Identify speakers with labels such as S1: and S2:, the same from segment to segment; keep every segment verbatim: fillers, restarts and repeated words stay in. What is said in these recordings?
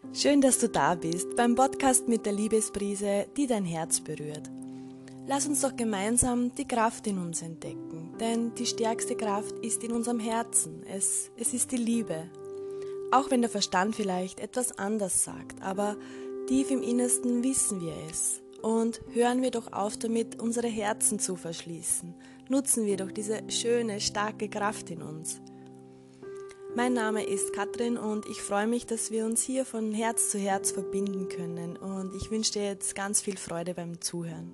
S1: Schön, dass du da bist beim Podcast mit der Liebesprise, die dein Herz berührt. Lass uns doch gemeinsam die Kraft in uns entdecken, denn die stärkste Kraft ist in unserem Herzen. Es, es ist die Liebe. Auch wenn der Verstand vielleicht etwas anders sagt, aber tief im Innersten wissen wir es. Und hören wir doch auf damit, unsere Herzen zu verschließen. Nutzen wir doch diese schöne, starke Kraft in uns. Mein Name ist Katrin und ich freue mich, dass wir uns hier von Herz zu Herz verbinden können und ich wünsche dir jetzt ganz viel Freude beim Zuhören.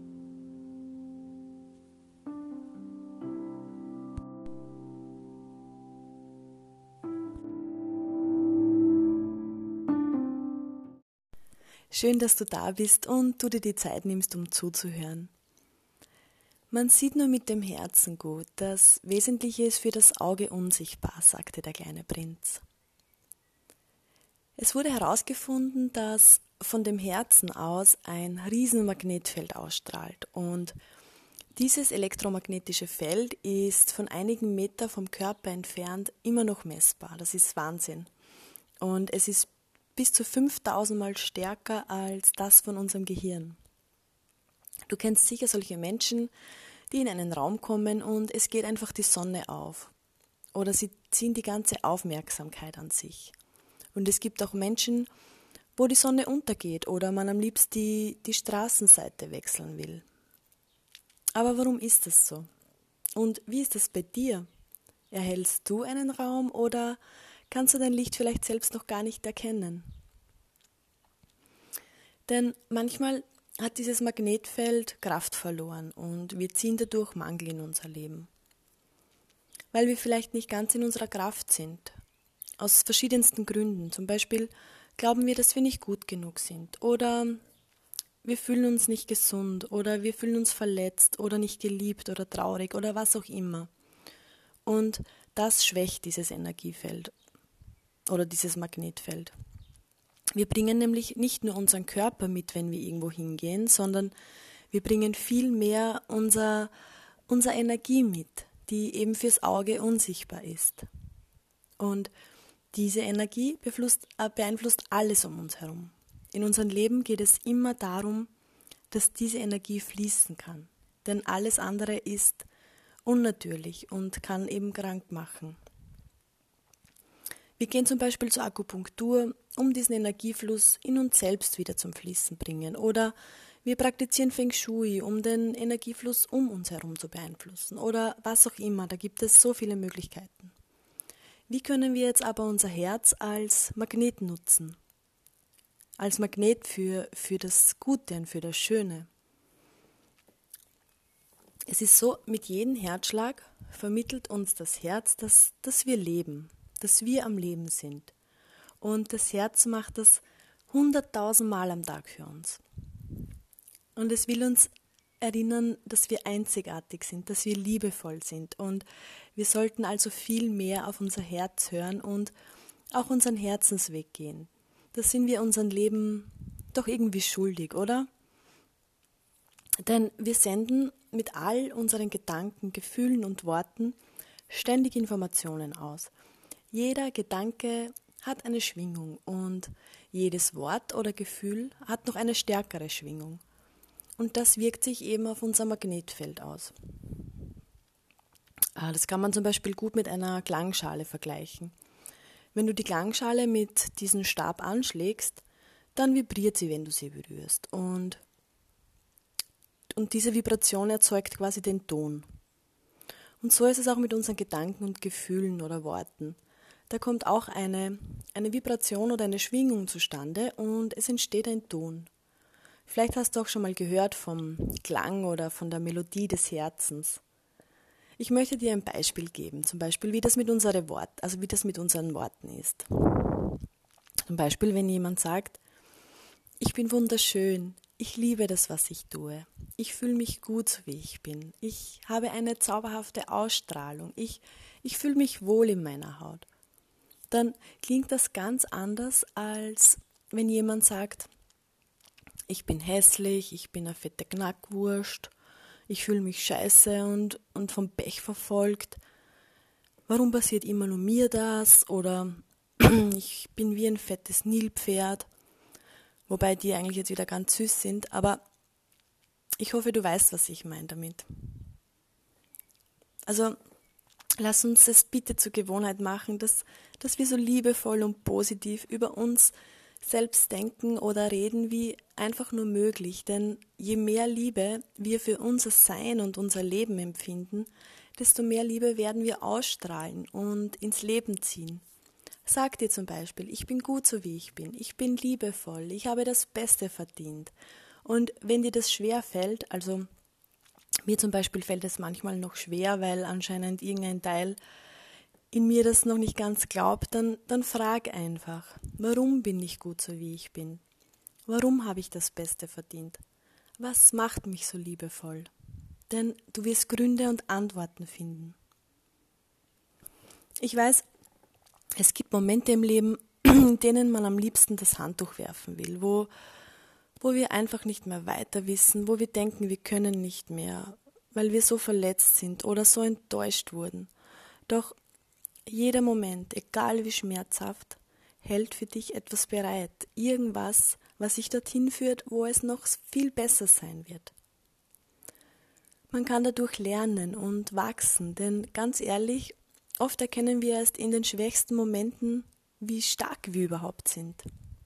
S1: Schön, dass du da bist und du dir die Zeit nimmst, um zuzuhören. Man sieht nur mit dem Herzen gut, das Wesentliche ist für das Auge unsichtbar, sagte der kleine Prinz. Es wurde herausgefunden, dass von dem Herzen aus ein Riesenmagnetfeld ausstrahlt und dieses elektromagnetische Feld ist von einigen Meter vom Körper entfernt immer noch messbar. Das ist Wahnsinn. Und es ist bis zu fünftausend Mal stärker als das von unserem Gehirn. Du kennst sicher solche Menschen, die in einen Raum kommen und es geht einfach die Sonne auf. Oder sie ziehen die ganze Aufmerksamkeit an sich. Und es gibt auch Menschen, wo die Sonne untergeht oder man am liebsten die, die Straßenseite wechseln will. Aber warum ist das so? Und wie ist das bei dir? Erhältst du einen Raum oder kannst du dein Licht vielleicht selbst noch gar nicht erkennen? Denn manchmal hat dieses Magnetfeld Kraft verloren und wir ziehen dadurch Mangel in unser Leben. Weil wir vielleicht nicht ganz in unserer Kraft sind. Aus verschiedensten Gründen. Zum Beispiel glauben wir, dass wir nicht gut genug sind. Oder wir fühlen uns nicht gesund. Oder wir fühlen uns verletzt. Oder nicht geliebt. Oder traurig. Oder was auch immer. Und das schwächt dieses Energiefeld. Oder dieses Magnetfeld. Wir bringen nämlich nicht nur unseren Körper mit, wenn wir irgendwo hingehen, sondern wir bringen viel mehr unser, unsere Energie mit, die eben fürs Auge unsichtbar ist. Und diese Energie beeinflusst, beeinflusst alles um uns herum. In unserem Leben geht es immer darum, dass diese Energie fließen kann. Denn alles andere ist unnatürlich und kann eben krank machen. Wir gehen zum Beispiel zur Akupunktur, um diesen Energiefluss in uns selbst wieder zum Fließen bringen. Oder wir praktizieren Feng Shui, um den Energiefluss um uns herum zu beeinflussen. Oder was auch immer, da gibt es so viele Möglichkeiten. Wie können wir jetzt aber unser Herz als Magnet nutzen? Als Magnet für, für das Gute und für das Schöne. Es ist so, mit jedem Herzschlag vermittelt uns das Herz, dass, dass wir leben. Dass wir am Leben sind. Und das Herz macht das hunderttausend Mal am Tag für uns. Und es will uns erinnern, dass wir einzigartig sind, dass wir liebevoll sind. Und wir sollten also viel mehr auf unser Herz hören und auch unseren Herzensweg gehen. Das sind wir unserem Leben doch irgendwie schuldig, oder? Denn wir senden mit all unseren Gedanken, Gefühlen und Worten ständig Informationen aus. Jeder Gedanke hat eine Schwingung und jedes Wort oder Gefühl hat noch eine stärkere Schwingung. Und das wirkt sich eben auf unser Magnetfeld aus. Das kann man zum Beispiel gut mit einer Klangschale vergleichen. Wenn du die Klangschale mit diesem Stab anschlägst, dann vibriert sie, wenn du sie berührst. Und, und diese Vibration erzeugt quasi den Ton. Und so ist es auch mit unseren Gedanken und Gefühlen oder Worten. Da kommt auch eine, eine Vibration oder eine Schwingung zustande und es entsteht ein Ton. Vielleicht hast du auch schon mal gehört vom Klang oder von der Melodie des Herzens. Ich möchte dir ein Beispiel geben, zum Beispiel wie das mit unseren Wort, also wie das mit unseren Worten ist. Zum Beispiel, wenn jemand sagt, ich bin wunderschön, ich liebe das, was ich tue, ich fühle mich gut, so wie ich bin, ich habe eine zauberhafte Ausstrahlung, ich, ich fühle mich wohl in meiner Haut. Dann klingt das ganz anders, als wenn jemand sagt, ich bin hässlich, ich bin eine fette Knackwurst, ich fühle mich scheiße und, und vom Pech verfolgt. Warum passiert immer nur mir das? Oder ich bin wie ein fettes Nilpferd, wobei die eigentlich jetzt wieder ganz süß sind, aber ich hoffe, du weißt, was ich meine damit. Also lass uns es bitte zur Gewohnheit machen, dass, dass wir so liebevoll und positiv über uns selbst denken oder reden wie einfach nur möglich. Denn je mehr Liebe wir für unser Sein und unser Leben empfinden, desto mehr Liebe werden wir ausstrahlen und ins Leben ziehen. Sag dir zum Beispiel, ich bin gut so wie ich bin, ich bin liebevoll, ich habe das Beste verdient. Und wenn dir das schwer fällt, also mir zum Beispiel fällt es manchmal noch schwer, weil anscheinend irgendein Teil in mir das noch nicht ganz glaubt, dann, dann frag einfach, warum bin ich gut so wie ich bin? Warum habe ich das Beste verdient? Was macht mich so liebevoll? Denn du wirst Gründe und Antworten finden. Ich weiß, es gibt Momente im Leben, in denen man am liebsten das Handtuch werfen will, wo, wo wir einfach nicht mehr weiter wissen, wo wir denken, wir können nicht mehr, weil wir so verletzt sind oder so enttäuscht wurden. Doch jeder Moment, egal wie schmerzhaft, hält für dich etwas bereit, irgendwas, was dich dorthin führt, wo es noch viel besser sein wird. Man kann dadurch lernen und wachsen, denn ganz ehrlich, oft erkennen wir erst in den schwächsten Momenten, wie stark wir überhaupt sind.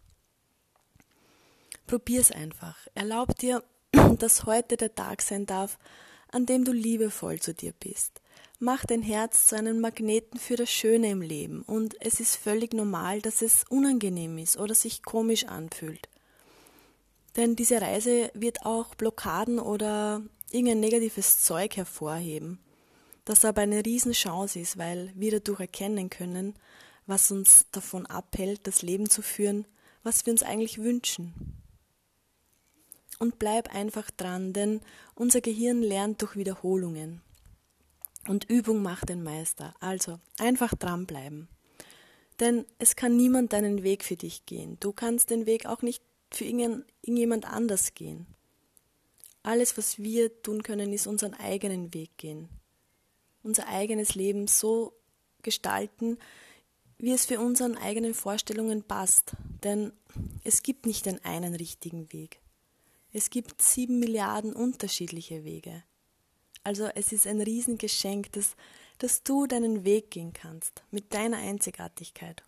S1: Probier's einfach. Erlaub dir, dass heute der Tag sein darf, an dem du liebevoll zu dir bist. Mach dein Herz zu einem Magneten für das Schöne im Leben und es ist völlig normal, dass es unangenehm ist oder sich komisch anfühlt. Denn diese Reise wird auch Blockaden oder irgendein negatives Zeug hervorheben, das aber eine Riesenchance ist, weil wir dadurch erkennen können, was uns davon abhält, das Leben zu führen, was wir uns eigentlich wünschen. Und bleib einfach dran, denn unser Gehirn lernt durch Wiederholungen. Und Übung macht den Meister. Also einfach dranbleiben. Denn es kann niemand deinen Weg für dich gehen. Du kannst den Weg auch nicht für irgendjemand anders gehen. Alles, was wir tun können, ist unseren eigenen Weg gehen. Unser eigenes Leben so gestalten, wie es für unseren eigenen Vorstellungen passt. Denn es gibt nicht den einen richtigen Weg. Es gibt sieben Milliarden unterschiedliche Wege. Also es ist ein Riesengeschenk, dass, dass du deinen Weg gehen kannst, mit deiner Einzigartigkeit.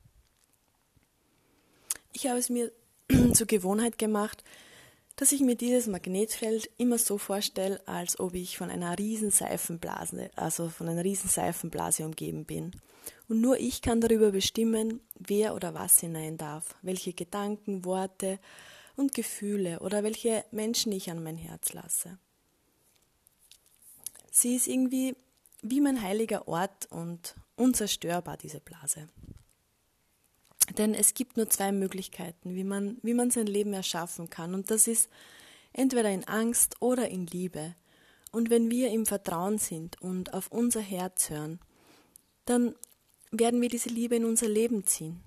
S1: Ich habe es mir zur Gewohnheit gemacht, dass ich mir dieses Magnetfeld immer so vorstelle, als ob ich von einer riesen Seifenblase, also von einer riesen Seifenblase umgeben bin. Und nur ich kann darüber bestimmen, wer oder was hinein darf, welche Gedanken, Worte und Gefühle oder welche Menschen ich an mein Herz lasse. Sie ist irgendwie wie mein heiliger Ort und unzerstörbar, diese Blase. Denn es gibt nur zwei Möglichkeiten, wie man, wie man sein Leben erschaffen kann. Und das ist entweder in Angst oder in Liebe. Und wenn wir im Vertrauen sind und auf unser Herz hören, dann werden wir diese Liebe in unser Leben ziehen.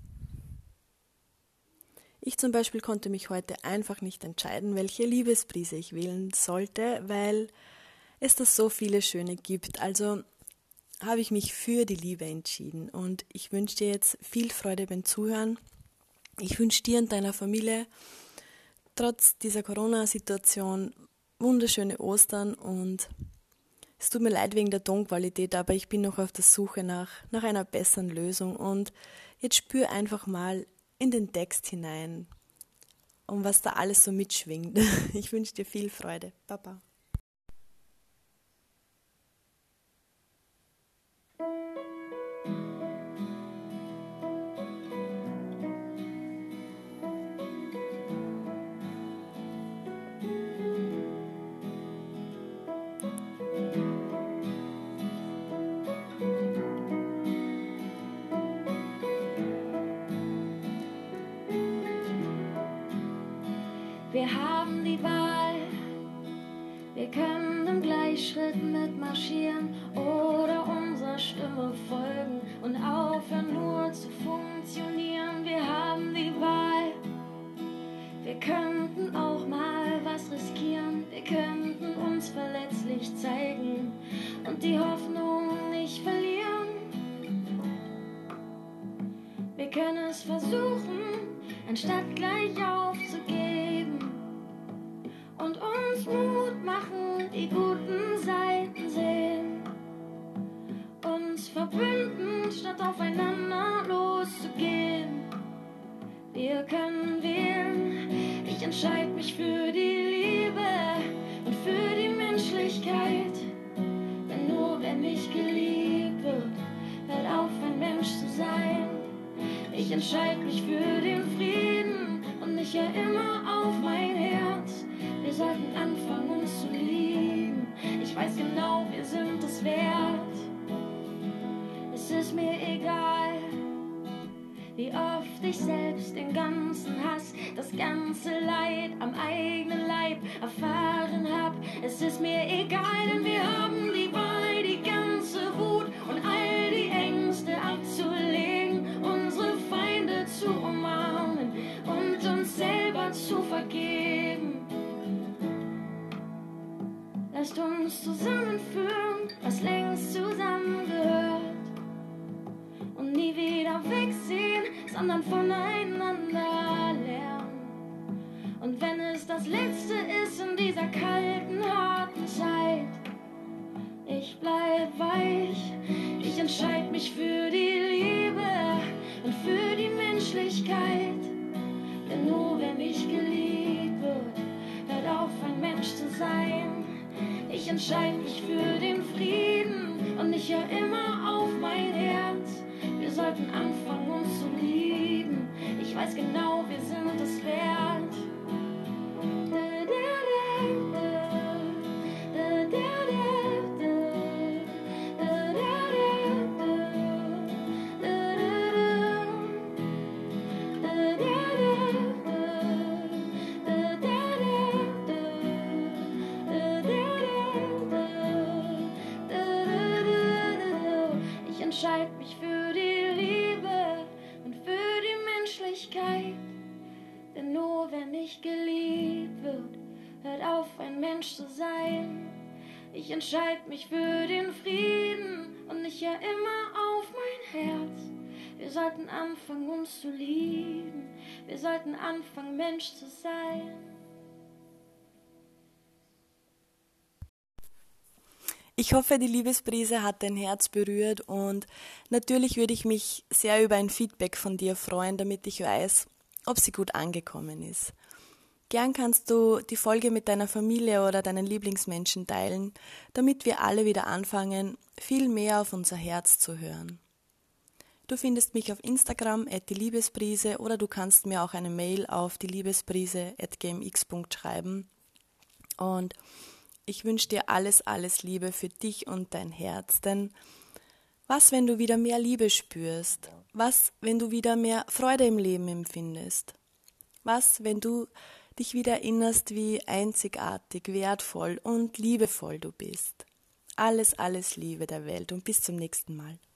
S1: Ich zum Beispiel konnte mich heute einfach nicht entscheiden, welche Liebesbrise ich wählen sollte, weil es da so viele schöne gibt. Also habe ich mich für die Liebe entschieden und ich wünsche dir jetzt viel Freude beim Zuhören. Ich wünsche dir und deiner Familie trotz dieser Corona-Situation wunderschöne Ostern und es tut mir leid wegen der Tonqualität, aber ich bin noch auf der Suche nach, nach einer besseren Lösung und jetzt spür einfach mal in den Text hinein, um was da alles so mitschwingt. Ich wünsche dir viel Freude. Baba.
S2: Wir haben die Wahl, wir können im Gleichschritt mitmarschieren oder unserer Stimme folgen und aufhören nur zu funktionieren. Wir haben die Wahl, wir könnten auch mal was riskieren, wir könnten uns verletzlich zeigen und die Hoffnung nicht verlieren. können es versuchen, anstatt gleich aufzugeben. Und uns Mut machen, die guten Seiten sehen. Uns verbünden, statt aufeinander loszugehen. Wir können wählen, ich entscheide mich für die Liebe und für die Menschlichkeit. Denn nur wer mich geliebt wird, hört auf, ein Mensch zu sein. Ich entscheide mich für den Frieden und ich höre immer auf mein Herz. Wir sollten anfangen, uns zu lieben. Ich weiß genau, wir sind es wert. Es ist mir egal, wie oft ich selbst den ganzen Hass, das ganze Leid am eigenen Leib erfahren hab. Es ist mir egal, denn wir haben die Wahl, die ganze Wut und all die Ängste abzulegen, unsere Feinde zu umarmen und uns selber zu vergeben. Lasst uns zusammenführen, was längst zusammengehört. Und nie wieder wegsehen, sondern voneinander lernen. Und wenn es das Letzte ist in dieser kalten, harten Zeit, ich bleib weich, ich entscheide mich für die Liebe und für die Menschlichkeit. Denn nur wer mich geliebt wird, hört auf, ein Mensch zu sein. Ich entscheide mich für den Frieden und ich höre immer auf mein Herz. Wir sollten anfangen, uns zu lieben. Ich weiß genau, wir sind es wert. Ich entscheide mich für die Liebe und für die Menschlichkeit. Denn nur wer nicht geliebt wird, hört auf, ein Mensch zu sein. Ich entscheide mich für den Frieden und ich höre immer auf mein Herz. Wir sollten anfangen, uns zu lieben. Wir sollten anfangen, Mensch zu sein.
S1: Ich hoffe, die Liebesbrise hat dein Herz berührt und natürlich würde ich mich sehr über ein Feedback von dir freuen, damit ich weiß, ob sie gut angekommen ist. Gern kannst du die Folge mit deiner Familie oder deinen Lieblingsmenschen teilen, damit wir alle wieder anfangen, viel mehr auf unser Herz zu hören. Du findest mich auf Instagram at die Liebesbrise oder du kannst mir auch eine Mail auf die liebesbrise at gmx punkt com schreiben. Und ich wünsche dir alles, alles Liebe für dich und dein Herz, denn was, wenn du wieder mehr Liebe spürst? Was, wenn du wieder mehr Freude im Leben empfindest? Was, wenn du dich wieder erinnerst, wie einzigartig, wertvoll und liebevoll du bist? Alles, alles Liebe der Welt und bis zum nächsten Mal.